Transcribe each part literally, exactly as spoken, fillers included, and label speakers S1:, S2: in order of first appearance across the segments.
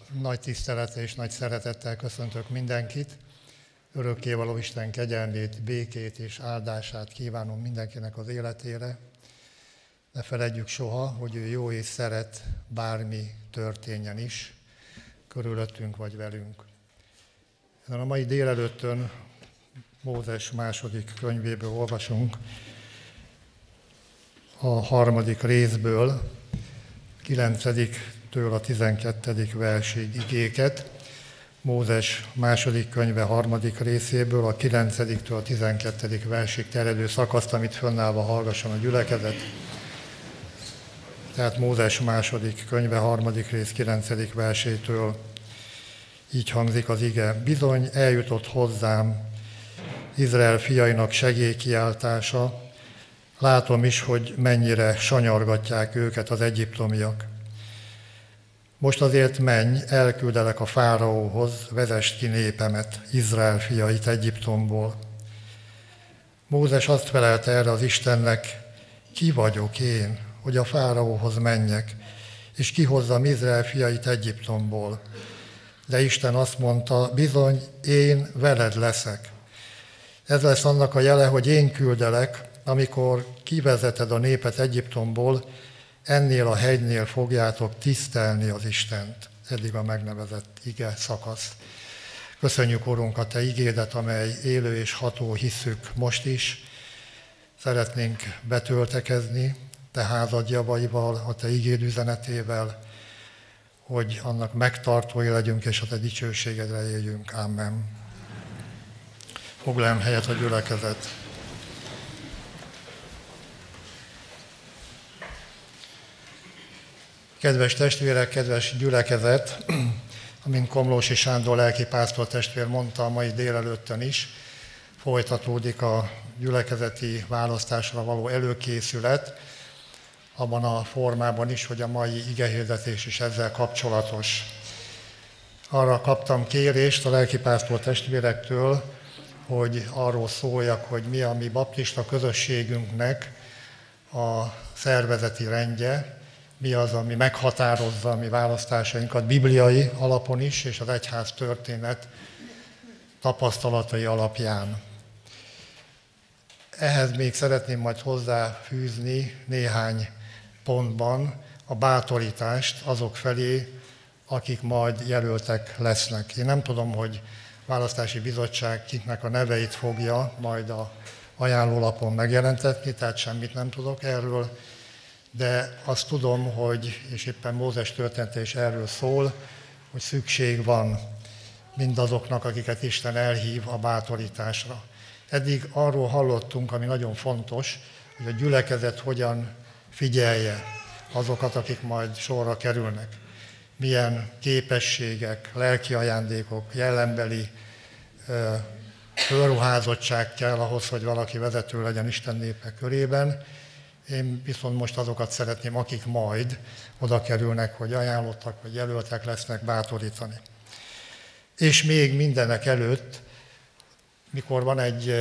S1: Nagy tisztelettel és nagy szeretettel köszöntök mindenkit. Örökkévaló Isten kegyelmét, békét és áldását kívánom mindenkinek az életére. Ne feledjük soha, hogy ő jó és szeret, bármi történjen is, körülöttünk vagy velünk. Ezen a mai délelőttön Mózes második könyvéből olvasunk a harmadik részből, kilencediktől a tizenkettedik versig igéket. Mózes második könyve harmadik részéből a kilencediktől a tizenkettedik versig terjedő szakaszt, amit fönnállva hallgasson a gyülekezet. Tehát Mózes második könyve harmadik rész kilencedik versétől így hangzik az ige. Bizony eljutott hozzám Izrael fiainak segélykiáltása, látom is, hogy mennyire sanyargatják őket az egyiptomiak. Most azért menj, elküldelek a fáraóhoz, vezesd ki népemet, Izrael fiait Egyiptomból. Mózes azt felelte erre az Istennek, ki vagyok én, hogy a fáraóhoz menjek, és kihozzam Izrael fiait Egyiptomból. De Isten azt mondta, bizony én veled leszek. Ez lesz annak a jele, hogy én küldelek, amikor kivezeted a népet Egyiptomból, ennél a hegynél fogjátok tisztelni az Istent. Eddig a megnevezett ige szakasz. Köszönjük, Urunk, a Te igédet, amely élő és ható, hisszük most is. Szeretnénk betöltekezni Te házad javaival, a Te igéd üzenetével, hogy annak megtartói legyünk, és a Te dicsőségedre éljünk. Amen. Foglaljon helyet a gyülekezet. Kedves testvérek, kedves gyülekezet, amint Komlósi Sándor lelkipásztor testvér mondta a mai délelőttön is, folytatódik a gyülekezeti választásra való előkészület, abban a formában is, hogy a mai igehirdetés is ezzel kapcsolatos. Arra kaptam kérést a lelkipásztor testvérektől, hogy arról szóljak, hogy mi a mi baptista közösségünknek a szervezeti rendje, mi az, ami meghatározza a mi választásainkat bibliai alapon is, és az egyház történet tapasztalatai alapján. Ehhez még szeretném majd hozzáfűzni néhány pontban a bátorítást azok felé, akik majd jelöltek lesznek. Én nem tudom, hogy választási bizottság kiknek a neveit fogja majd a ajánlólapon megjelentetni, tehát semmit nem tudok erről, de azt tudom, hogy, és éppen Mózes története is erről szól, hogy szükség van mindazoknak, akiket Isten elhív a bátorításra. Eddig arról hallottunk, ami nagyon fontos, hogy a gyülekezet hogyan figyelje azokat, akik majd sorra kerülnek. Milyen képességek, lelki ajándékok, jellembeli ö, fölruházottság kell ahhoz, hogy valaki vezető legyen Isten népe körében. Én viszont most azokat szeretném, akik majd oda kerülnek, hogy ajánlottak, vagy jelöltek lesznek, bátorítani. És még mindenek előtt, mikor van egy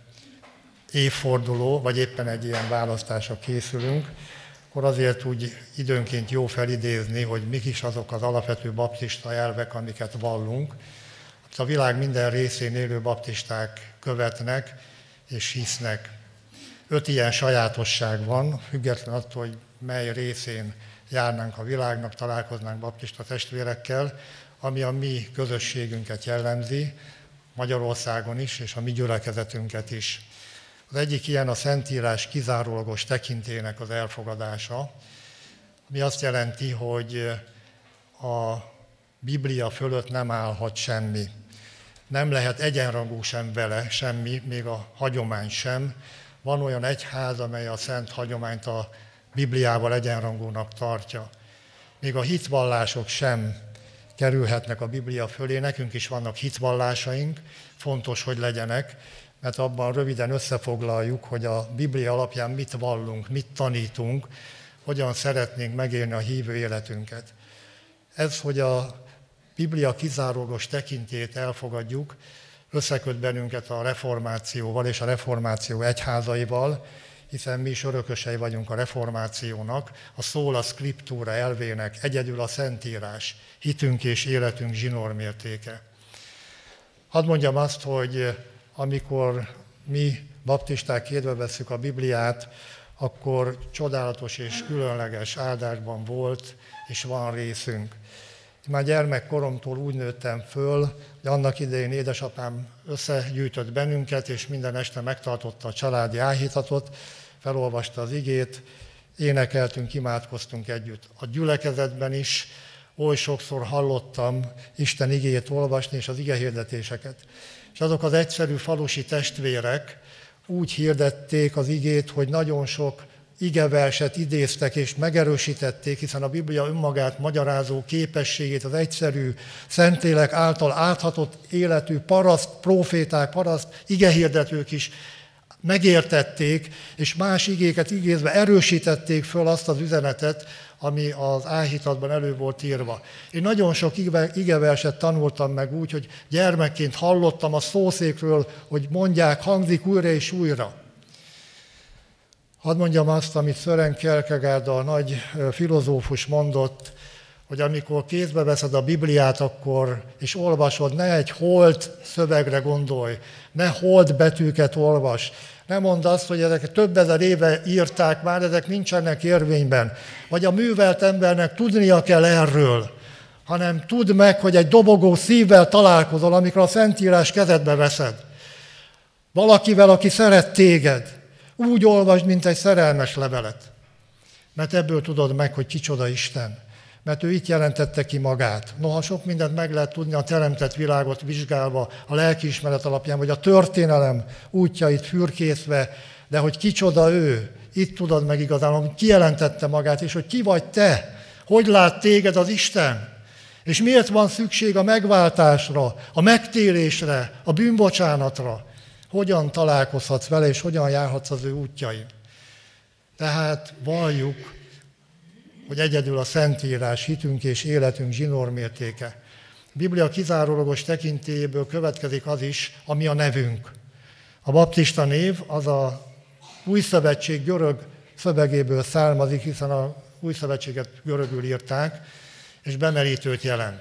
S1: évforduló, vagy éppen egy ilyen választásra készülünk, akkor azért úgy időnként jó felidézni, hogy mik is azok az alapvető baptista elvek, amiket vallunk. A világ minden részén élő baptisták követnek és hisznek. Öt ilyen sajátosság van, független attól, hogy mely részén járnánk a világnak, találkoznánk baptista testvérekkel, ami a mi közösségünket jellemzi, Magyarországon is, és a mi gyülekezetünket is. Az egyik ilyen a Szentírás kizárólagos tekintélyének az elfogadása, ami azt jelenti, hogy a Biblia fölött nem állhat semmi. Nem lehet egyenrangú sem vele, semmi, még a hagyomány sem. Van olyan egyház, amely a szent hagyományt a Bibliával egyenrangúnak tartja. Még a hitvallások sem kerülhetnek a Biblia fölé, nekünk is vannak hitvallásaink, fontos, hogy legyenek, mert abban röviden összefoglaljuk, hogy a Biblia alapján mit vallunk, mit tanítunk, hogyan szeretnénk megélni a hívő életünket. Ez, hogy a Biblia kizárólagos tekintélyét elfogadjuk, összeköt bennünket a reformációval és a reformáció egyházaival, hiszen mi is örökösei vagyunk a reformációnak, a sola scriptura elvének, egyedül a Szentírás, hitünk és életünk zsinórmértéke. Hadd mondjam azt, hogy amikor mi baptisták kézbe vesszük a Bibliát, akkor csodálatos és különleges áldásban volt és van részünk. Már gyermekkoromtól úgy nőttem föl, hogy annak idején édesapám összegyűjtött bennünket, és minden este megtartotta a családi áhítatot, felolvasta az igét, énekeltünk, imádkoztunk együtt. A gyülekezetben is oly sokszor hallottam Isten igéjét olvasni, és az igehirdetéseket. És azok az egyszerű falusi testvérek úgy hirdették az igét, hogy nagyon sok igeverset idéztek és megerősítették, hiszen a Biblia önmagát magyarázó képességét az egyszerű Szentlélek által áthatott életű paraszt, próféták, paraszt igehirdetők is megértették, és más igéket igézve erősítették föl azt az üzenetet, ami az áhítatban elő volt írva. Én nagyon sok igeverset tanultam meg úgy, hogy gyermekként hallottam a szószékről, hogy mondják, hangzik újra és újra. Hadd mondjam azt, amit Søren Kierkegaard, a nagy filozófus mondott, hogy amikor kézbe veszed a Bibliát, akkor, és olvasod, ne egy hold szövegre gondolj, ne hold betűket olvas. Ne mondd azt, hogy ezek több ezer éve írták már, ezek nincsenek érvényben. Vagy a művelt embernek tudnia kell erről, hanem tudd meg, hogy egy dobogó szívvel találkozol, amikor a Szentírás kezedbe veszed. Valakivel, aki szeret téged. Úgy olvasd, mint egy szerelmes levelet. Mert ebből tudod meg, hogy kicsoda Isten. Mert ő itt jelentette ki magát. Noha sok mindent meg lehet tudni a teremtett világot vizsgálva, a lelkiismeret alapján, vagy a történelem útjait fürkészve, de hogy kicsoda ő, itt tudod meg igazán, hogy kijelentette magát, és hogy ki vagy te, hogy lát téged az Isten, és miért van szükség a megváltásra, a megtérésre, a bűnbocsánatra, hogyan találkozhatsz vele, és hogyan járhatsz az ő útjain. Tehát valljuk, hogy egyedül a Szentírás hitünk és életünk zsinórmértéke. A Biblia kizárólagos tekintélyéből következik az is, ami a nevünk. A baptista név az a Új Szövetség görög szövegéből származik, hiszen a Új Szövetséget görögül írták, és bemerítőt jelent.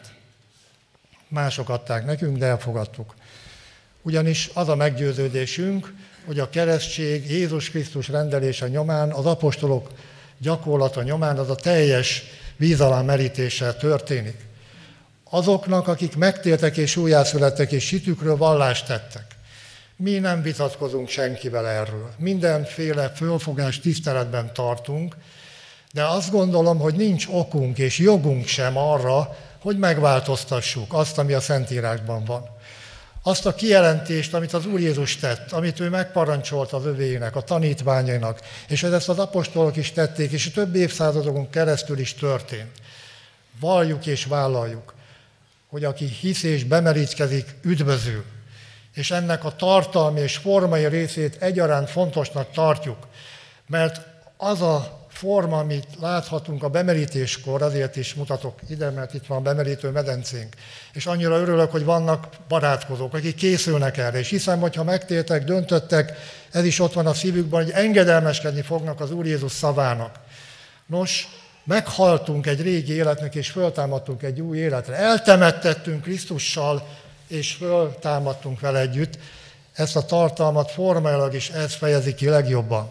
S1: Mások adták nekünk, de elfogadtuk. Ugyanis az a meggyőződésünk, hogy a keresztség Jézus Krisztus rendelése nyomán, az apostolok gyakorlata nyomán az a teljes víz alá merítéssel történik. Azoknak, akik megtértek és újjászülettek és hitükről vallást tettek. Mi nem vitatkozunk senkivel erről. Mindenféle fölfogást tiszteletben tartunk, de azt gondolom, hogy nincs okunk és jogunk sem arra, hogy megváltoztassuk azt, ami a Szentírásban van. Azt a kijelentést, amit az Úr Jézus tett, amit ő megparancsolt az övéinek, a tanítványainak, és ezt az apostolok is tették, és több évszázadokon keresztül is történt. Valljuk és vállaljuk, hogy aki hisz és bemerítkezik, üdvözül. És ennek a tartalmi és formai részét egyaránt fontosnak tartjuk, mert az a forma, amit láthatunk a bemerítéskor, azért is mutatok ide, mert itt van a bemerítő medencénk. És annyira örülök, hogy vannak barátkozók, akik készülnek erre, és hiszem, hogy ha megtértek, döntöttek, ez is ott van a szívükben, hogy engedelmeskedni fognak az Úr Jézus szavának. Nos, meghaltunk egy régi életnek, és föltámadtunk egy új életre. Eltemettettünk Krisztussal, és föltámadtunk vele együtt. Ezt a tartalmat formailag is ez fejezi ki legjobban.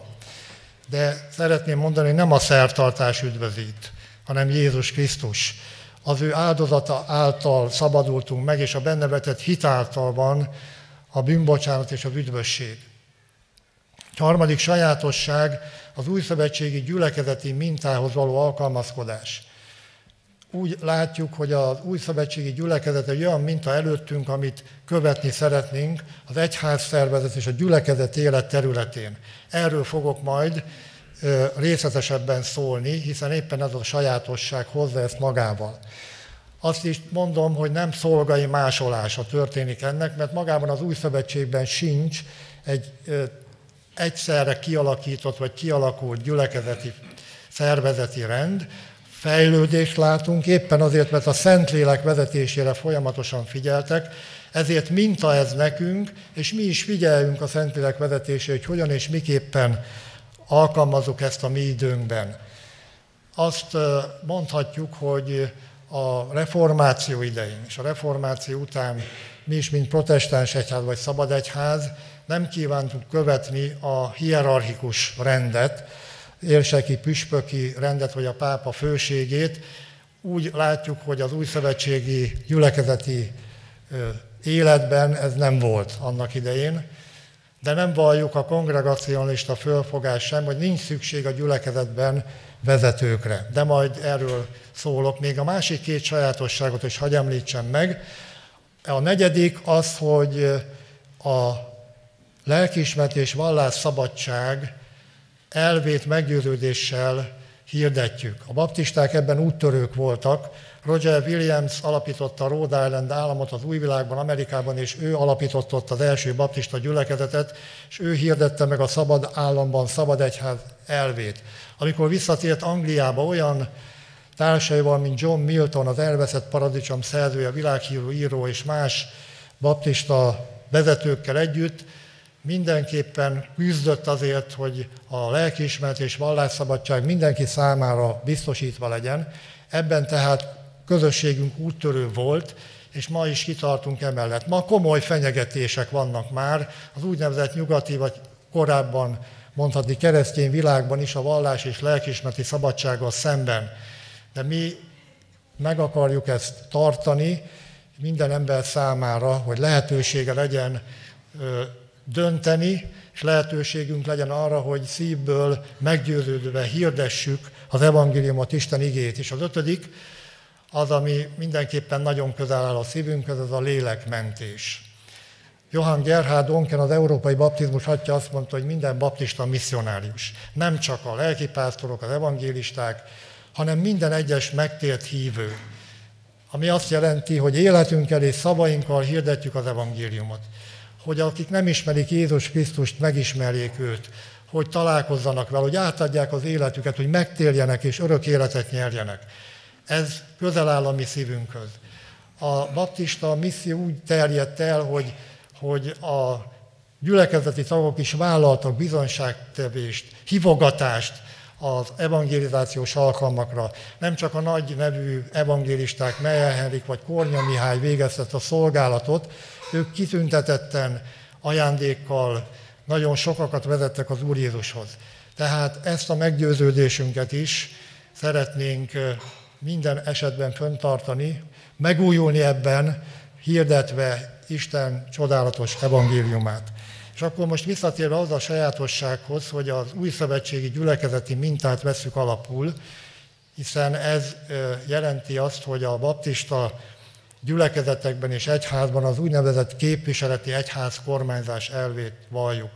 S1: De szeretném mondani, hogy nem a szertartás üdvözít, hanem Jézus Krisztus. Az ő áldozata által szabadultunk meg, és a benne vetett hit által van a bűnbocsánat és az üdvösség. A harmadik sajátosság az újszövetségi gyülekezeti mintához való alkalmazkodás. Úgy látjuk, hogy az újszövetségi gyülekezet egy olyan minta előttünk, amit követni szeretnénk az egyházszervezet és a gyülekezet élet területén. Erről fogok majd részletesebben szólni, hiszen éppen ez a sajátosság hozza ezt magával. Azt is mondom, hogy nem szolgai másolása történik ennek, mert magában az új szövetségben sincs egy egyszerre kialakított vagy kialakult gyülekezeti szervezeti rend. Fejlődést látunk, éppen azért, mert a Szentlélek vezetésére folyamatosan figyeltek, ezért minta ez nekünk, és mi is figyeljünk a Szentlélek vezetésére, hogy hogyan és miképpen alkalmazzuk ezt a mi időnkben. Azt mondhatjuk, hogy a reformáció idején és a reformáció után mi is, mint protestáns egyház vagy szabad egyház, nem kívántuk követni a hierarchikus rendet, érseki, püspöki rendet vagy a pápa főségét. Úgy látjuk, hogy az újszövetségi gyülekezeti életben ez nem volt annak idején, de nem valljuk a kongregacionalista fölfogás sem, hogy nincs szükség a gyülekezetben vezetőkre. De majd erről szólok. Még a másik két sajátosságot is hadd említsem meg. A negyedik az, hogy a lelkiismeret és vallásszabadság elvét meggyőződéssel hirdetjük. A baptisták ebben úttörők voltak. Roger Williams alapította a Rhode Island államot az újvilágban, Amerikában, és ő alapította ott az első baptista gyülekezetet, és ő hirdette meg a szabad államban szabad egyház elvét. Amikor visszatért Angliába, olyan társaival, mint John Milton, az Elveszett paradicsom szerzője, világhírű író és más baptista vezetőkkel együtt, mindenképpen küzdött azért, hogy a lelkiismeret és vallásszabadság mindenki számára biztosítva legyen. Ebben tehát közösségünk úttörő volt, és ma is kitartunk emellett. Ma komoly fenyegetések vannak már az úgynevezett nyugati, vagy korábban mondhatni keresztény világban is a vallás és lelkiismereti szabadsággal szemben. De mi meg akarjuk ezt tartani minden ember számára, hogy lehetősége legyen ö, dönteni, és lehetőségünk legyen arra, hogy szívből meggyőződve hirdessük az evangéliumot, Isten igét. És az ötödik, az, ami mindenképpen nagyon közel áll a szívünkhöz, az a lélekmentés. Johann Gerhard Onken, az Európai Baptizmus atya azt mondta, hogy minden baptista misszionárius. Nem csak a lelkipásztorok, az evangélisták, hanem minden egyes megtért hívő. Ami azt jelenti, hogy életünkkel és szavainkkal hirdetjük az evangéliumot. Hogy akik nem ismerik Jézus Krisztust, megismerjék őt, hogy találkozzanak vele, hogy átadják az életüket, hogy megtérjenek és örök életet nyerjenek. Ez közel áll a mi szívünkhöz. A baptista misszió úgy terjedt el, hogy, hogy a gyülekezeti tagok is vállaltak bizonyságtevést, hívogatást az evangelizációs alkalmakra. Nem csak a nagy nevű evangélisták, Meyer Henrik vagy Kornya Mihály végeztet a szolgálatot, ők kitüntetetten, ajándékkal nagyon sokakat vezettek az Úr Jézushoz. Tehát ezt a meggyőződésünket is szeretnénk minden esetben fenntartani, megújulni ebben, hirdetve Isten csodálatos evangéliumát. És akkor most visszatérve az a sajátossághoz, hogy az újszövetségi gyülekezeti mintát vesszük alapul, hiszen ez jelenti azt, hogy a baptista gyülekezetekben és egyházban az úgynevezett képviseleti egyház kormányzás elvét valljuk.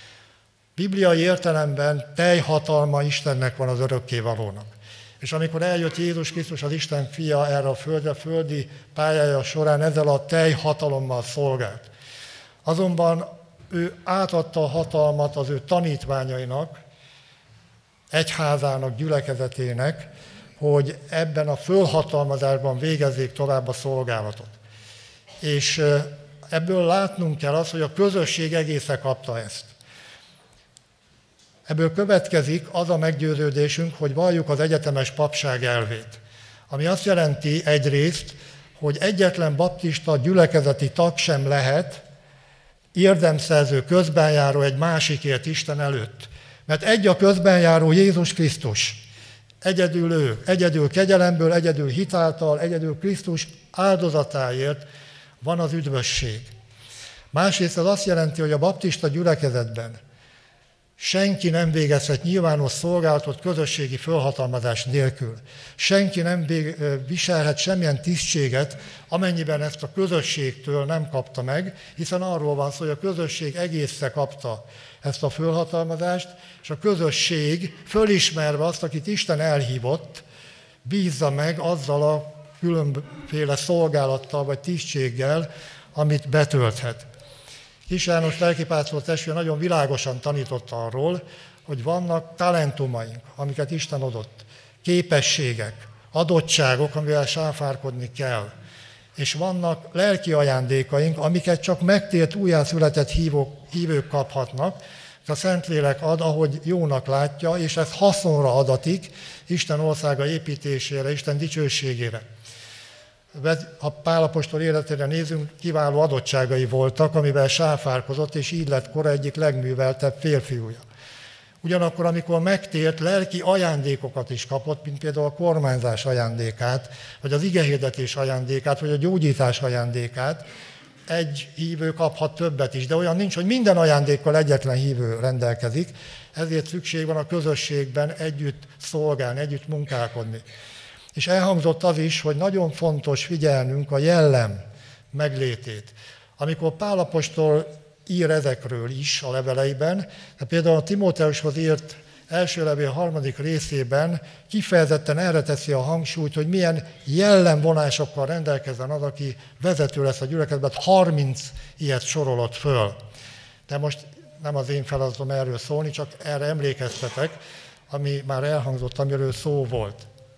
S1: Bibliai értelemben teljhatalma Istennek van, az örökkévalónak. És amikor eljött Jézus Krisztus, az Isten fia erre a földre, földi pályája során ezzel a teljhatalommal szolgált. Azonban ő átadta a hatalmat az ő tanítványainak, egyházának, gyülekezetének, hogy ebben a fölhatalmazásban végezzék tovább a szolgálatot. És ebből látnunk kell azt, hogy a közösség egészen kapta ezt. Ebből következik az a meggyőződésünk, hogy valljuk az egyetemes papság elvét, ami azt jelenti egyrészt, hogy egyetlen baptista gyülekezeti tag sem lehet érdemszerző, közbenjáró egy másikért Isten előtt. Mert egy a közbenjáró, Jézus Krisztus. Egyedül ő, egyedül kegyelemből, egyedül hitáltal, egyedül Krisztus áldozatáért van az üdvösség. Másrészt ez azt jelenti, hogy a baptista gyülekezetben senki nem végezhet nyilvános szolgálatot közösségi fölhatalmazás nélkül. Senki nem viselhet semmilyen tisztséget, amennyiben ezt a közösségtől nem kapta meg, hiszen arról van szó, hogy a közösség egészen kapta ezt a fölhatalmazást, és a közösség fölismerve azt, akit Isten elhívott, bízza meg azzal a különféle szolgálattal vagy tisztséggel, amit betölthet. Kis János lelkipásztor testvér nagyon világosan tanított arról, hogy vannak talentumaink, amiket Isten adott, képességek, adottságok, amivel sáfárkodni kell. És vannak lelki ajándékaink, amiket csak megtért, újjászületett hívók, hívők kaphatnak, A Szentlélek ad, ahogy jónak látja, és ez haszonra adatik Isten országa építésére, Isten dicsőségére. Ha Pál apostol életére nézünk, kiváló adottságai voltak, amivel sáfárkozott, és így lett kora egyik legműveltebb férfiúja. Ugyanakkor, amikor megtért, lelki ajándékokat is kapott, mint például a kormányzás ajándékát, vagy az igehirdetés ajándékát, vagy a gyógyítás ajándékát. Egy hívő kaphat többet is, de olyan nincs, hogy minden ajándékkal egyetlen hívő rendelkezik, ezért szükség van a közösségben együtt szolgálni, együtt munkálkodni. És elhangzott az is, hogy nagyon fontos figyelnünk a jellem meglétét. Amikor Pál apostol ír ezekről is a leveleiben, például a Timóteushoz írt első levél harmadik részében kifejezetten erre teszi a hangsúlyt, hogy milyen jellemvonásokkal rendelkezzen az, aki vezető lesz a gyülekezetben, harminc ilyet sorolott föl. De most nem az én feladatom erről szólni, csak erre emlékeztetek, ami már elhangzott, amiről szó volt.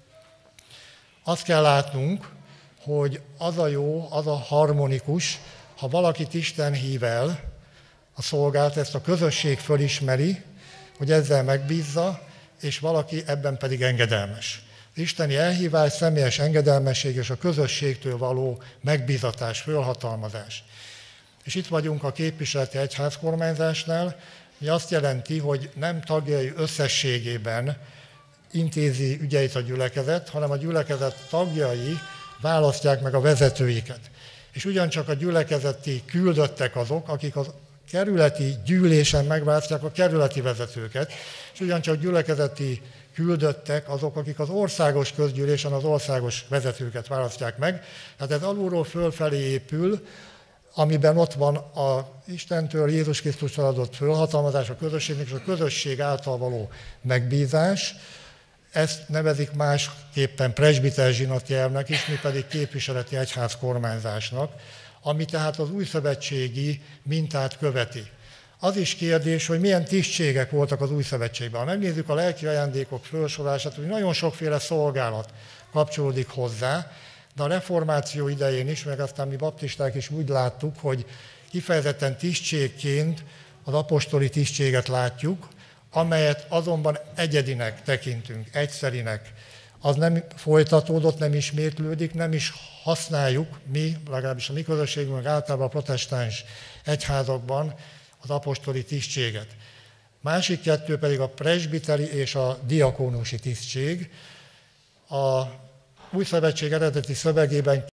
S1: Azt kell látnunk, hogy az a jó, az a harmonikus, ha valakit Isten hív el, a szolgált ezt a közösség fölismeri, hogy ezzel megbízza, és valaki ebben pedig engedelmes. Az isteni elhívás, személyes engedelmesség és a közösségtől való megbízatás, fölhatalmazás. És itt vagyunk a képviseleti egyházkormányzásnál, ami azt jelenti, hogy nem tagjai összességében intézi ügyeit a gyülekezet, hanem a gyülekezet tagjai választják meg a vezetőiket. És ugyancsak a gyülekezeti küldöttek azok, akik az kerületi gyűlésen megválasztják a kerületi vezetőket, és ugyancsak gyülekezeti küldöttek azok, akik az országos közgyűlésen az országos vezetőket választják meg. Tehát ez alulról fölfelé épül, amiben ott van a Istentől, Jézus Krisztustól adott fölhatalmazás a közösségnek, és a közösség által való megbízás. Ezt nevezik másképpen presbiter zsinati elvnek is, mi pedig képviseleti egyház kormányzásnak, ami tehát az újszövetségi mintát követi. Az is kérdés, hogy milyen tisztségek voltak az új szövetségben. Ha megnézzük a lelki ajándékok felsorolását, hogy nagyon sokféle szolgálat kapcsolódik hozzá, de a reformáció idején is, meg aztán mi baptisták is úgy láttuk, hogy kifejezetten tisztségként az apostoli tisztséget látjuk, amelyet azonban egyedinek tekintünk, egyszerinek. Az nem folytatódott, nem ismétlődik, nem is használjuk mi, legalábbis a mi közösségünk, meg általában a protestáns egyházakban az apostoli tisztséget. Másik kettő pedig a presbiteri és a diakónusi tisztség. A Új Szövetség eredeti szövegében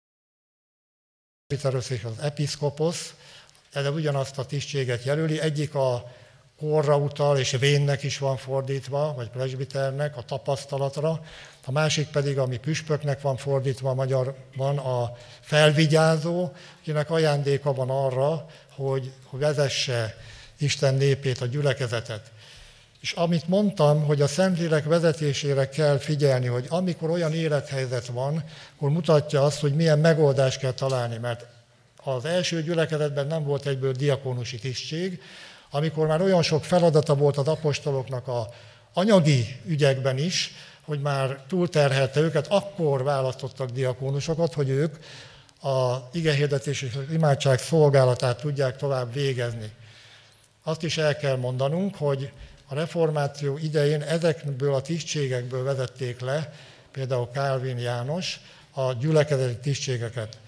S1: presbiteros és az episzkoposz, ez ugyanazt a tisztséget jelöli, egyik a korra utal, és vénnek is van fordítva, vagy presbiternek, a tapasztalatra, a másik pedig, ami püspöknek van fordítva a magyarban, a felvigyázó, akinek ajándéka van arra, hogy vezesse Isten népét, a gyülekezetet. És amit mondtam, hogy a Szentlélek vezetésére kell figyelni, hogy amikor olyan élethelyzet van, akkor mutatja azt, hogy milyen megoldást kell találni, mert az első gyülekezetben nem volt egyből diakónusi tisztség, amikor már olyan sok feladata volt az apostoloknak az anyagi ügyekben is, hogy már túlterhelte őket, akkor választottak diakónusokat, hogy ők az igehirdetés és az imádság szolgálatát tudják tovább végezni. Azt is el kell mondanunk, hogy a reformáció idején ezekből a tisztségekből vezették le, például Kálvin János, a gyülekezeti tisztségeket.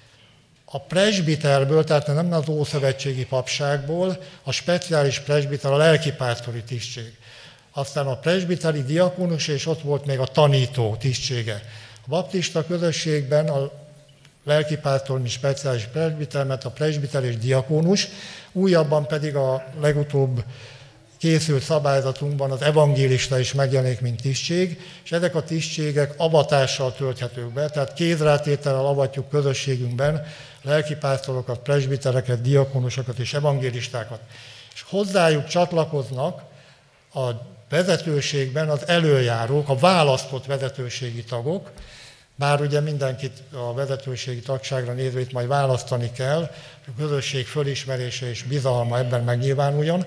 S1: A presbiterből, tehát nem az ószövetségi papságból, a speciális presbiter a lelkipásztori tisztség. Aztán a presbiteri diakónus, és ott volt még a tanító tisztsége. A baptista közösségben a lelkipásztor, mint speciális presbiter, mert a presbiter és diakónus, újabban pedig a legutóbb készült szabályzatunkban az evangélista is megjelenik, mint tisztség, és ezek a tisztségek avatással tölthetők be, tehát kézrátétellel avatjuk közösségünkben lelkipásztorokat, presbitereket, diakónusokat és evangélistákat. És hozzájuk csatlakoznak a vezetőségben az előjárók, a választott vezetőségi tagok, bár ugye mindenkit a vezetőségi tagságra nézve itt majd választani kell, a közösség fölismerése és bizalma ebben megnyilvánuljon.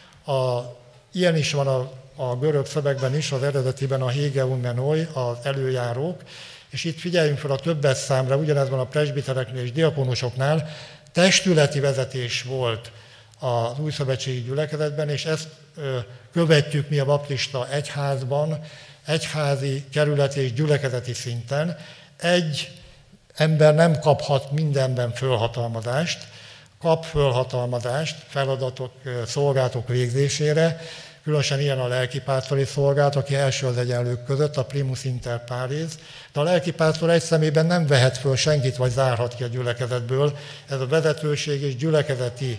S1: A, ilyen is van a, a görög szövegben is, az eredetiben a hégeumenoi, az előjárók, és itt figyeljünk fel a többes számra, ugyanez van a presbitereknél és diakónusoknál, testületi vezetés volt az újszövetségi gyülekezetben, és ezt követjük mi a baptista egyházban, egyházi, kerületi és gyülekezeti szinten. Egy ember nem kaphat mindenben fölhatalmazást, kap fölhatalmazást feladatok, szolgálatok végzésére, különösen ilyen a lelkipásztori szolgálat, aki első az egyenlők között, a primus inter pares, de a lelkipásztor egy személyben nem vehet föl senkit, vagy zárhat ki a gyülekezetből. Ez a vezetőség és gyülekezeti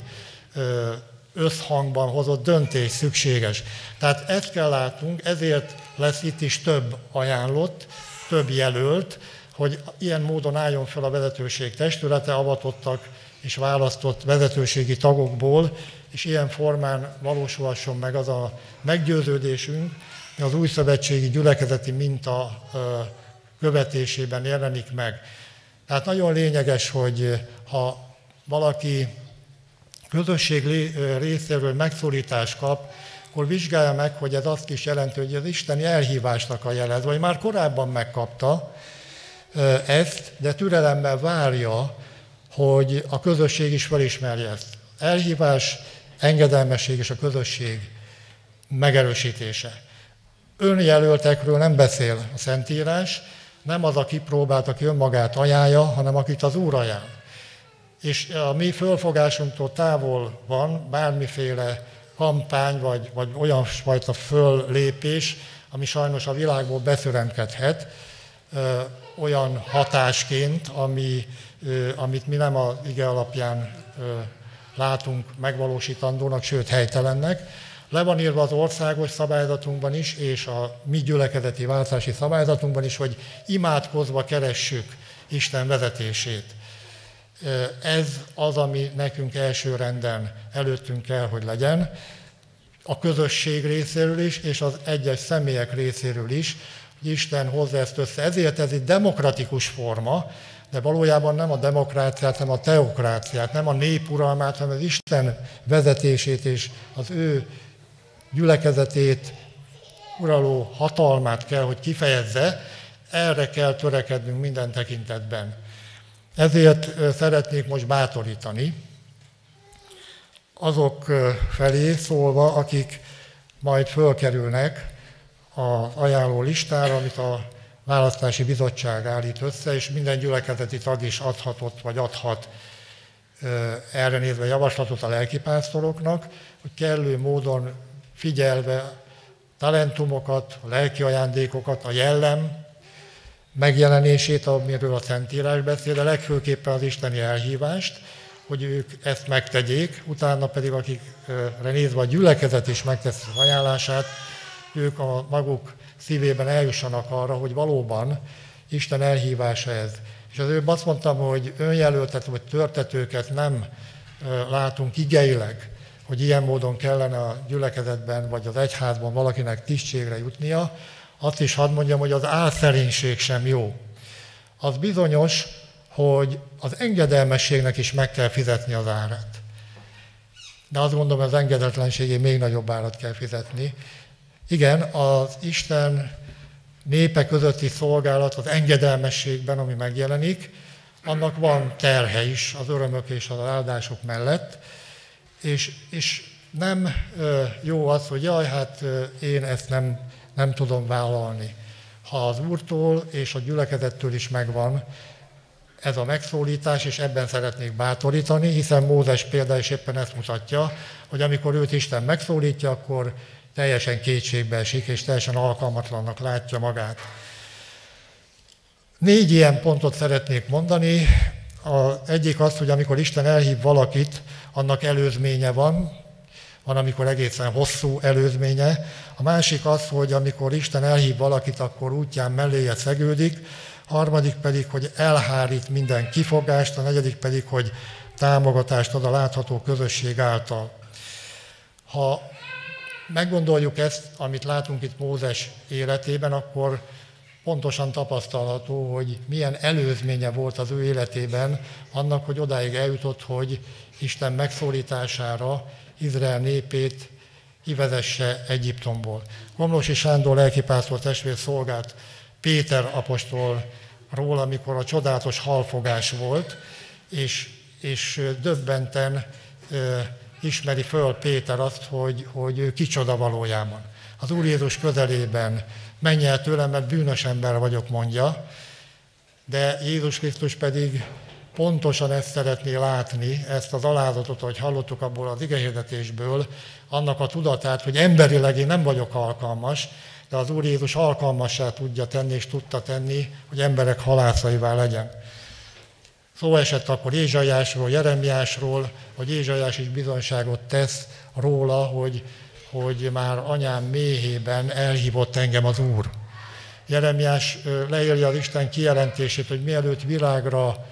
S1: összhangban hozott döntés szükséges. Tehát ezt kell látnunk, ezért lesz itt is több ajánlott, több jelölt, hogy ilyen módon álljon fel a vezetőség testülete, avatottak és választott vezetőségi tagokból, és ilyen formán valósulhasson meg az a meggyőződésünk, hogy az újszövetségi gyülekezeti minta követésében jelenik meg. Tehát nagyon lényeges, hogy ha valaki közösség részéről megszólítást kap, akkor vizsgálja meg, hogy ez azt is jelenti, hogy az isteni elhívásnak a jele, vagy már korábban megkapta ezt, de türelemmel várja, hogy a közösség is felismerje ezt. Elhívás, engedelmesség és a közösség megerősítése. Önjelöltekről nem beszél a Szentírás, nem az a kipróbált, aki önmagát ajánlja, hanem akit az Úr ajánl. És a mi fölfogásunktól távol van bármiféle kampány, vagy, vagy olyan fajta föllépés, ami sajnos a világból beszüremkedhet, ö, olyan hatásként, ami, ö, amit mi nem az ige alapján ö, látunk megvalósítandónak, sőt helytelennek. Le van írva az országos szabályzatunkban is, és a mi gyülekezeti váltási szabályzatunkban is, hogy imádkozva keressük Isten vezetését. Ez az, ami nekünk elsőrenden előttünk kell, hogy legyen, a közösség részéről is, és az egyes személyek részéről is, hogy Isten hozza ezt össze. Ezért ez egy demokratikus forma, de valójában nem a demokráciát, hanem a teokráciát, nem a nép uralmát, hanem az Isten vezetését és az ő gyülekezetét, uraló hatalmát kell, hogy kifejezze, erre kell törekednünk minden tekintetben. Ezért szeretnék most bátorítani azok felé szólva, akik majd fölkerülnek az ajánló listára, amit a választási bizottság állít össze, és minden gyülekezeti tag is adhatott, vagy adhat erre nézve javaslatot a lelkipásztoroknak, hogy kellő módon figyelve talentumokat, a lelki ajándékokat, a jellem megjelenését, amiről a Szentírás beszél, de legfőképpen az isteni elhívást, hogy ők ezt megtegyék, utána pedig akikre nézve a gyülekezet is megteszi az ajánlását, ők a maguk szívében eljussanak arra, hogy valóban Isten elhívása ez. És az előbb azt mondtam, hogy önjelöltet vagy törtetőket nem látunk igeileg, hogy ilyen módon kellene a gyülekezetben vagy az egyházban valakinek tisztségre jutnia, azt is hadd mondjam, hogy az álszerénység sem jó. Az bizonyos, hogy az engedelmességnek is meg kell fizetni az árát. De azt gondolom, hogy az engedetlenségé még nagyobb árat kell fizetni. Igen, az Isten népe közötti szolgálat az engedelmességben, ami megjelenik, annak van terhe is az örömök és az áldások mellett, és, és nem jó az, hogy jaj, hát én ezt nem, nem tudom vállalni. Ha az Úrtól és a gyülekezettől is megvan ez a megszólítás, és ebben szeretnék bátorítani, hiszen Mózes például is éppen ezt mutatja, hogy amikor őt Isten megszólítja, akkor teljesen kétségbe esik, és teljesen alkalmatlannak látja magát. Négy ilyen pontot szeretnék mondani. Az egyik az, hogy amikor Isten elhív valakit, annak előzménye van, van, amikor egészen hosszú előzménye. A másik az, hogy amikor Isten elhív valakit, akkor útján melléje szegődik. A harmadik pedig, hogy elhárít minden kifogást, a negyedik pedig, hogy támogatást ad a látható közösség által. Ha meggondoljuk ezt, amit látunk itt Mózes életében, akkor pontosan tapasztalható, hogy milyen előzménye volt az ő életében annak, hogy odáig eljutott, hogy Isten megszólítására Izrael népét kivezesse Egyiptomból. Komlósi Sándor lelkipásztor testvér szolgált Péter apostolról, amikor a csodálatos halfogás volt, és, és döbbenten ismeri föl Péter azt, hogy, hogy ő kicsoda valójában. Az Úr Jézus közelében menj el tőlem, mert bűnös ember vagyok, mondja, de Jézus Krisztus pedig pontosan ezt szeretné látni, ezt az alázatot, hogy hallottuk abból az igehirdetésből, annak a tudatát, hogy emberileg én nem vagyok alkalmas, de az Úr Jézus alkalmassá tudja tenni és tudta tenni, hogy emberek halászaivá legyen. Szó esett akkor Ézsaiásról, Jeremiásról, hogy Ézsaiás is bizonyságot tesz róla, hogy, hogy már anyám méhében elhívott engem az Úr. Jeremiás leírja az Isten kijelentését, hogy mielőtt világra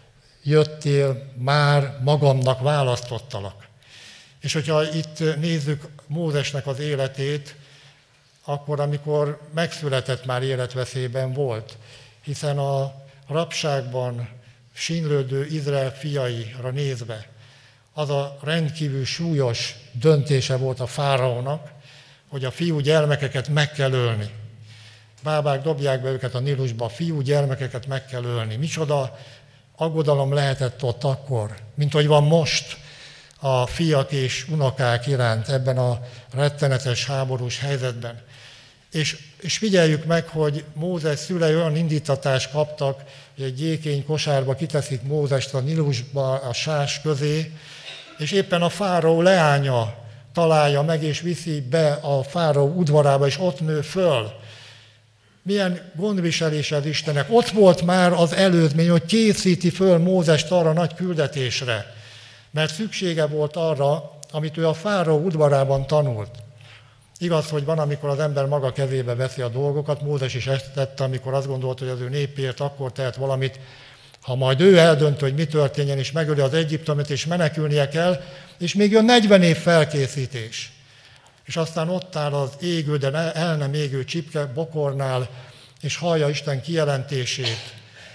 S1: jöttél, már magamnak választottalak. És hogyha itt nézzük Mózesnek az életét, akkor, amikor megszületett, már életveszélyben volt, hiszen a rabságban sínlődő Izrael fiaira nézve az a rendkívül súlyos döntése volt a fáraónak, hogy a fiú gyermekeket meg kell ölni. Bábák dobják be őket a Nílusba, a fiú gyermekeket meg kell ölni. Micsoda aggodalom lehetett ott akkor, mint hogy van most a fiak és unokák iránt ebben a rettenetes háborús helyzetben. És, és figyeljük meg, hogy Mózes szülei olyan indítatást kaptak, hogy egy gyékény kosárba kiteszik Mózest a Nílusba, a sás közé, és éppen a fáraó leánya találja meg, és viszi be a fáraó udvarába, és ott nő föl. Milyen gondviselés az Istennek. Ott volt már az előzmény, hogy készíti föl Mózest arra nagy küldetésre, mert szüksége volt arra, amit ő a fáraó udvarában tanult. Igaz, hogy van, amikor az ember maga kezébe veszi a dolgokat, Mózes is ezt tette, amikor azt gondolta, hogy az ő népért akkor tehet valamit, ha majd ő eldönt, hogy mi történjen, és megöli az Egyiptomot, és menekülnie kell, és még jön negyven év felkészítés. És aztán ott áll az égő, de el nem égő csipke bokornál, és hallja Isten kijelentését.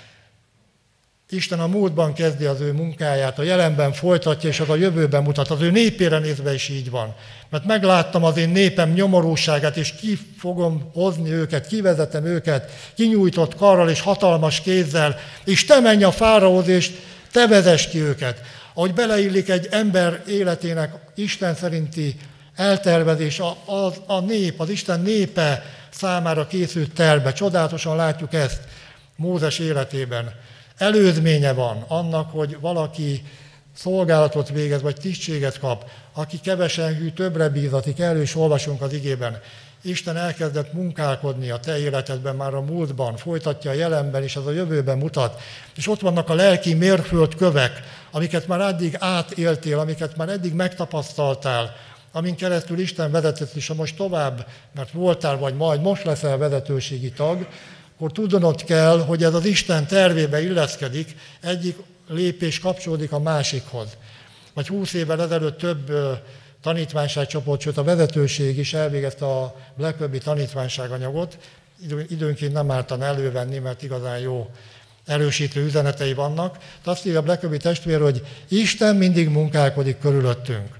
S1: Isten a múltban kezdi az ő munkáját, a jelenben folytatja, és az a jövőben mutat. Az ő népére nézve is így van. Mert megláttam az én népem nyomorúságát, és ki fogom hozni őket, kivezetem őket, kinyújtott karral és hatalmas kézzel, és te menj a fáraóhoz, és te vezess ki őket. Ahogy beleillik egy ember életének Isten szerinti eltervezés, a, a, a nép, az Isten népe számára készült tervbe. Csodálatosan látjuk ezt Mózes életében. Előzménye van annak, hogy valaki szolgálatot végez, vagy tisztséget kap, aki kevesen hű, többre bízatik, erről is olvasunk az igében. Isten elkezdett munkálkodni a te életedben már a múltban, folytatja a jelenben, és az a jövőben mutat. És ott vannak a lelki mérföldkövek, amiket már addig átéltél, amiket már eddig megtapasztaltál, amin keresztül Isten vezetett, és ha most tovább, mert voltál, vagy majd most leszel vezetőségi tag, akkor tudnod kell, hogy ez az Isten tervébe illeszkedik, egyik lépés kapcsolódik a másikhoz. Vagy húsz évvel ezelőtt több tanítványságcsoport, sőt a vezetőség is elvégezte a Blacköbbi tanítványságanyagot, időnként nem ártan elővenni, mert igazán jó erősítő üzenetei vannak. De azt írja a Blacköbbi testvér, hogy Isten mindig munkálkodik körülöttünk.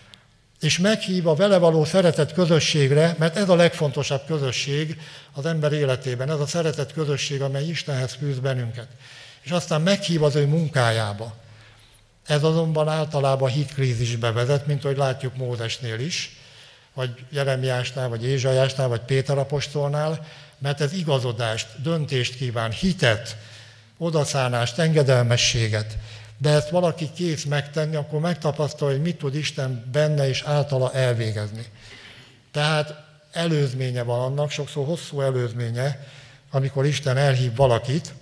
S1: És meghív a vele való szeretet közösségre, mert ez a legfontosabb közösség az ember életében, ez a szeretet közösség, amely Istenhez fűz bennünket. És aztán meghív az ő munkájába. Ez azonban általában hitkrízisbe vezet, mint ahogy látjuk Mózesnél is, vagy Jeremiásnál, vagy Ézsaiásnál, vagy Péter apostolnál, mert ez igazodást, döntést kíván, hitet, odaszánást, engedelmességet. De ezt valaki kész megtenni, akkor megtapasztalja, hogy mit tud Isten benne és általa elvégezni. Tehát előzménye van annak, sokszor hosszú előzménye, amikor Isten elhív valakit,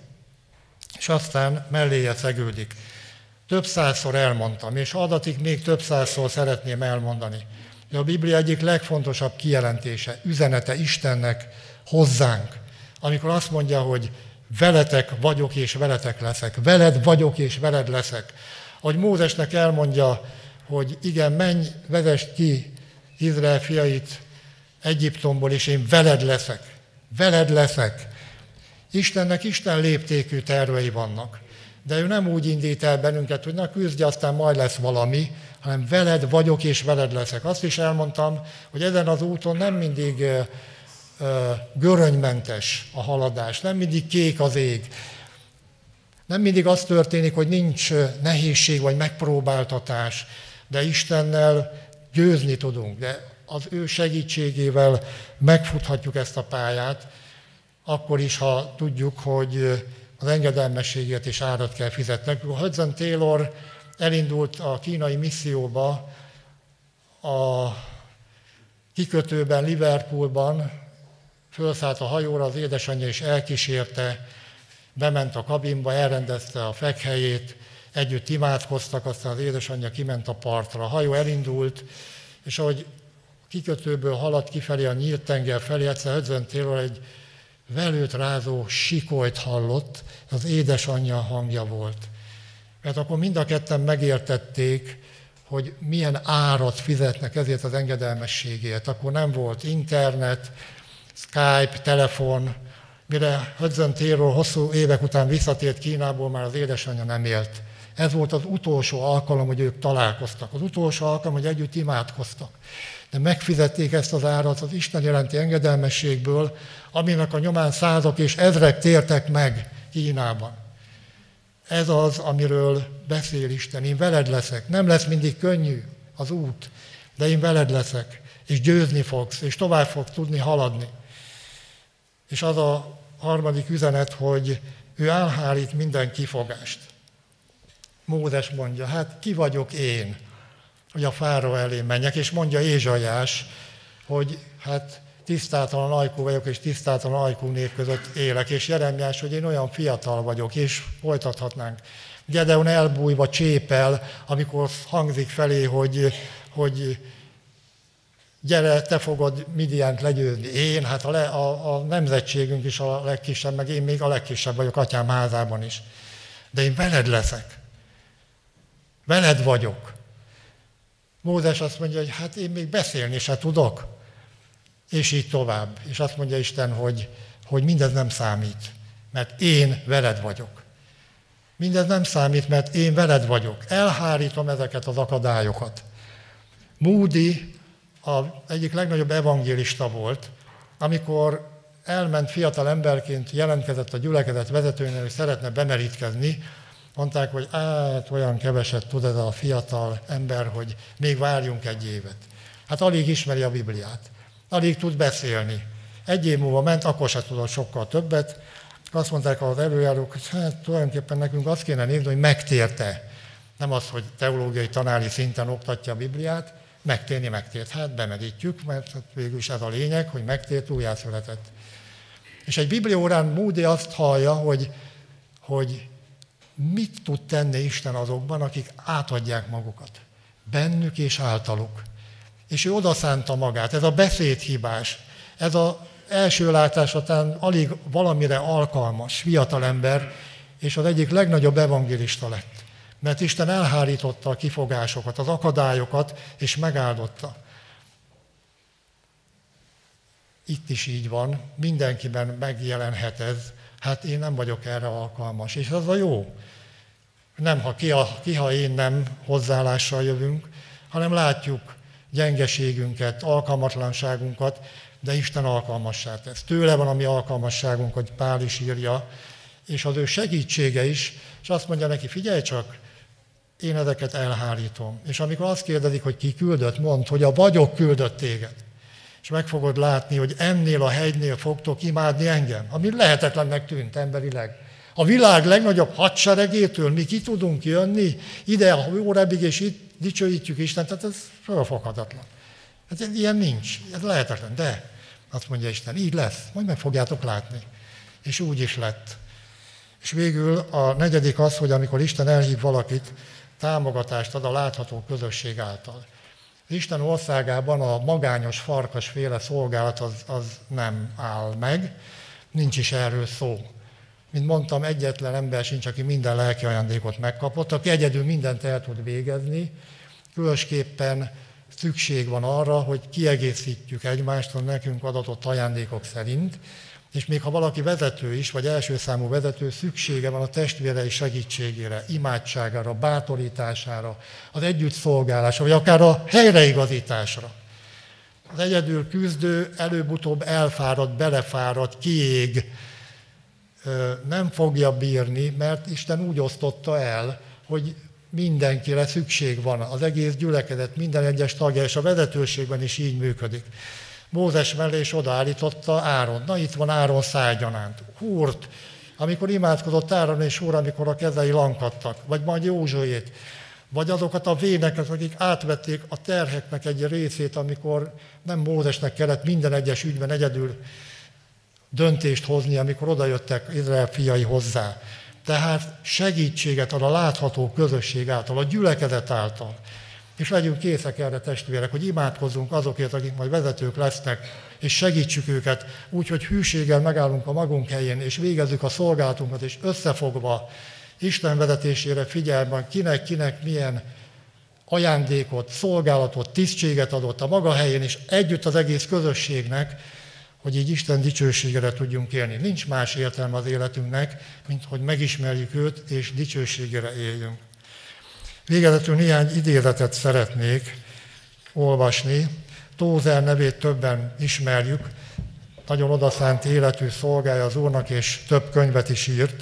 S1: és aztán melléje szegődik. Több százszor elmondtam, és ha adatik, még több százszor szeretném elmondani. De a Biblia egyik legfontosabb kijelentése, üzenete Istennek hozzánk, amikor azt mondja, hogy veletek vagyok és veletek leszek, veled vagyok és veled leszek. Ahogy Mózesnek elmondja, hogy igen, menj, vezesd ki Izrael fiait Egyiptomból, és én veled leszek, veled leszek. Istennek Isten léptékű tervei vannak, de ő nem úgy indít el bennünket, hogy na küzdj, aztán majd lesz valami, hanem veled vagyok és veled leszek. Azt is elmondtam, hogy ezen az úton nem mindig görönymentes a haladás, nem mindig kék az ég. Nem mindig az történik, hogy nincs nehézség vagy megpróbáltatás, de Istennel győzni tudunk, de az ő segítségével megfuthatjuk ezt a pályát, akkor is, ha tudjuk, hogy az engedelmességért is árat kell fizetnek. Hudson Taylor elindult a kínai misszióba, a kikötőben, Liverpoolban, fölszállt a hajóra, az édesanyja is elkísérte, bement a kabinba, elrendezte a fekhelyét, együtt imádkoztak, aztán az édesanyja kiment a partra. A hajó elindult, és ahogy kikötőből haladt kifelé a nyílt tenger felé, egyszer Hudson Taylor egy velőt rázó sikolyt hallott, az édesanyja hangja volt. Mert akkor mind a ketten megértették, hogy milyen árat fizetnek ezért az engedelmességért. Akkor nem volt internet, Skype, telefon, mire Hudson Taylor hosszú évek után visszatért Kínából, már az édesanyja nem élt. Ez volt az utolsó alkalom, hogy ők találkoztak. Az utolsó alkalom, hogy együtt imádkoztak. De megfizették ezt az árat az Isten iránti engedelmességből, aminek a nyomán százak és ezrek tértek meg Kínában. Ez az, amiről beszél Isten. Én veled leszek. Nem lesz mindig könnyű az út, de én veled leszek, és győzni fogsz, és tovább fogsz tudni haladni. És az a harmadik üzenet, hogy ő elhárít minden kifogást. Mózes mondja, hát ki vagyok én, hogy a fáraó elé menjek, és mondja Ézsaiás, hogy hát tisztátalan ajkú vagyok, és tisztátalan ajkú nép között élek, és Jeremiás, hogy én olyan fiatal vagyok, és folytathatnánk. Gedeon elbújva csépel, amikor hangzik felé, hogy, hogy gyere, te fogod Midiánt legyőzni. Én, hát a, le, a, a nemzetségünk is a legkisebb, meg én még a legkisebb vagyok atyám házában is. De én veled leszek. Veled vagyok. Mózes azt mondja, hogy hát én még beszélni se tudok. És így tovább. És azt mondja Isten, hogy, hogy mindez nem számít, mert én veled vagyok. Mindez nem számít, mert én veled vagyok. Elhárítom ezeket az akadályokat. Moody az egyik legnagyobb evangélista volt, amikor elment fiatal emberként, jelentkezett a gyülekezet vezetőnél, hogy szeretne bemerítkezni, mondták, hogy hát olyan keveset tud ez a fiatal ember, hogy még várjunk egy évet. Hát alig ismeri a Bibliát, alig tud beszélni. Egy év múlva ment, akkor se tudott sokkal többet. Azt mondták az előjárók, hogy hát tulajdonképpen nekünk azt kéne nézni, hogy megtérte. Nem az, hogy teológiai tanári szinten oktatja a Bibliát, megtérni megtért. Hát bemerítjük, mert végül is ez a lényeg, hogy megtért, újjászületett. És egy bibliaórán Moody azt hallja, hogy, hogy mit tud tenni Isten azokban, akik átadják magukat. Bennük és általuk. És ő odaszánta magát. Ez a beszédhibás, ez az első látásra talán alig valamire alkalmas fiatalember, és az egyik legnagyobb evangélista lett. Mert Isten elhárította a kifogásokat, az akadályokat, és megáldotta. Itt is így van, mindenkiben megjelenhet ez, hát én nem vagyok erre alkalmas, és az a jó. Nem, ha ki, a, ki ha én nem hozzáállással jövünk, hanem látjuk gyengeségünket, alkalmatlanságunkat, de Isten alkalmassá tesz. Tőle van a mi alkalmasságunk, hogy Pál is írja, és az ő segítsége is, és azt mondja neki, figyelj csak, én ezeket elhárítom. És amikor azt kérdezik, hogy ki küldött, mondd, hogy a vagyok küldött téged. És meg fogod látni, hogy ennél a hegynél fogtok imádni engem, ami lehetetlennek tűnt emberileg. A világ legnagyobb hadseregétől mi ki tudunk jönni ide a Hórebig, és itt dicsőítjük Istent, tehát ez fölfoghatatlan. Hát ilyen nincs, ez lehetetlen, de azt mondja Isten, így lesz, majd meg fogjátok látni. És úgy is lett. És végül a negyedik az, hogy amikor Isten elhív valakit, támogatást ad a látható közösség által. Az Isten országában a magányos farkasféle szolgálat az, az nem áll meg, nincs is erről szó. Mint mondtam, egyetlen ember sincs, aki minden lelki ajándékot megkapott, aki egyedül mindent el tud végezni, különösképpen szükség van arra, hogy kiegészítjük egymást a nekünk adatott ajándékok szerint, és még ha valaki vezető is, vagy első számú vezető, szüksége van a testvérei segítségére, imádságára, bátorítására, az együttszolgálásra, vagy akár a helyreigazításra. Az egyedül küzdő előbb-utóbb elfárad, belefárad, kiég, nem fogja bírni, mert Isten úgy osztotta el, hogy mindenkire szükség van, az egész gyülekezet, minden egyes tagja, és a vezetőségben is így működik. Mózes mellé is odaállította Áron. Na itt van Áron szájgyanánt, Húrt, amikor imádkozott Áron és Húr, amikor a kezei lankadtak, vagy majd Józsuét, vagy azokat a véneket, akik átvették a terheknek egy részét, amikor nem Mózesnek kellett minden egyes ügyben egyedül döntést hozni, amikor odajöttek Izrael fiai hozzá. Tehát segítséget ad a látható közösség által, a gyülekezet által. És legyünk készek erre, testvérek, hogy imádkozzunk azokért, akik majd vezetők lesznek, és segítsük őket úgy, hogy hűséggel megállunk a magunk helyén, és végezzük a szolgálatunkat, és összefogva Isten vezetésére figyelmen, kinek-kinek milyen ajándékot, szolgálatot, tisztséget adott a maga helyén, és együtt az egész közösségnek, hogy így Isten dicsőségére tudjunk élni. Nincs más értelme az életünknek, mint hogy megismerjük őt, és dicsőségére éljünk. Végezetül néhány idézetet szeretnék olvasni. Tózer nevét többen ismerjük, nagyon odaszánt életű szolgája az Úrnak, és több könyvet is írt.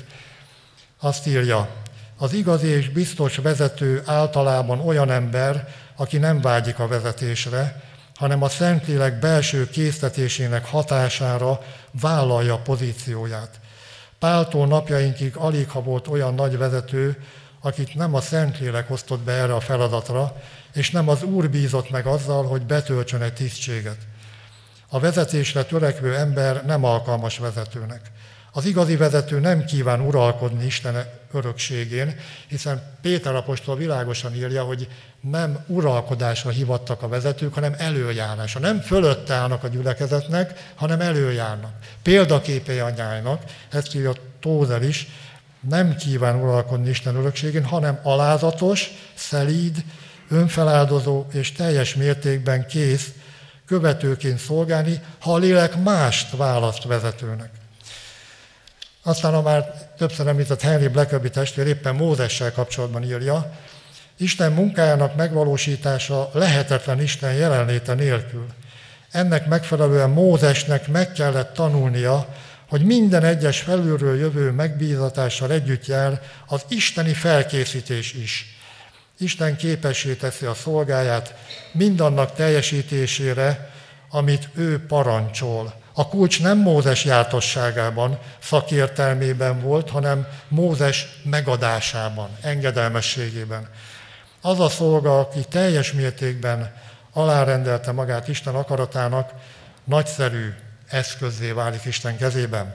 S1: Azt írja, az igazi és biztos vezető általában olyan ember, aki nem vágyik a vezetésre, hanem a Szentlélek belső késztetésének hatására vállalja a pozícióját. Páltól napjainkig alig ha volt olyan nagy vezető, akit nem a Szentlélek osztott be erre a feladatra, és nem az Úr bízott meg azzal, hogy betöltsön egy tisztséget. A vezetésre törekvő ember nem alkalmas vezetőnek. Az igazi vezető nem kíván uralkodni Isten örökségén, hiszen Péter apostol világosan írja, hogy nem uralkodásra hivattak a vezetők, hanem előjárásra. Nem fölötte állnak a gyülekezetnek, hanem előjárnak. Példaképei anyájának, ezt írja Tózer is, nem kíván uralkodni Isten örökségén, hanem alázatos, szelíd, önfeláldozó és teljes mértékben kész követőként szolgálni, ha a lélek mást választ vezetőnek. Aztán a már többször említett Henry Blackaby testvér éppen Mózessel kapcsolatban írja, Isten munkájának megvalósítása lehetetlen Isten jelenléte nélkül. Ennek megfelelően Mózesnek meg kellett tanulnia, hogy minden egyes felülről jövő megbízatással együtt jár az isteni felkészítés is. Isten képessé teszi a szolgáját mindannak teljesítésére, amit ő parancsol. A kulcs nem Mózes jártosságában, szakértelmében volt, hanem Mózes megadásában, engedelmességében. Az a szolga, aki teljes mértékben alárendelte magát Isten akaratának, nagyszerű eszközzé válik Isten kezében.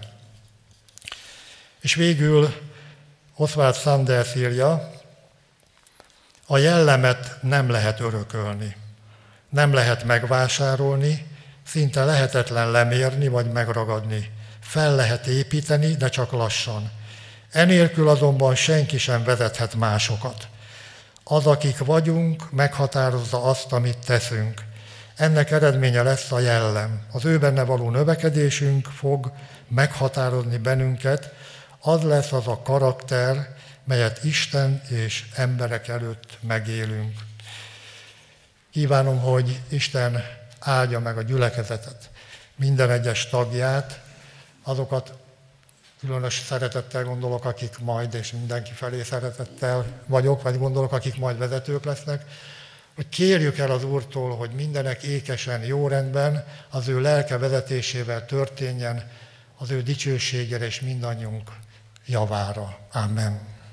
S1: És végül Oswald Sanders írja, a jellemet nem lehet örökölni, nem lehet megvásárolni, szinte lehetetlen lemérni vagy megragadni. Fel lehet építeni, de csak lassan. Enélkül azonban senki sem vezethet másokat. Az, akik vagyunk, meghatározza azt, amit teszünk. Ennek eredménye lesz a jellem. Az ő benne való növekedésünk fog meghatározni bennünket, az lesz az a karakter, melyet Isten és emberek előtt megélünk. Kívánom, hogy Isten áldja meg a gyülekezetet, minden egyes tagját, azokat különös szeretettel gondolok, akik majd, és mindenki felé szeretettel vagyok, vagy gondolok, akik majd vezetők lesznek, hogy kérjük el az Úrtól, hogy mindenek ékesen, jó rendben, az ő lelke vezetésével történjen, az ő dicsőségére és mindannyiunk javára. Amen.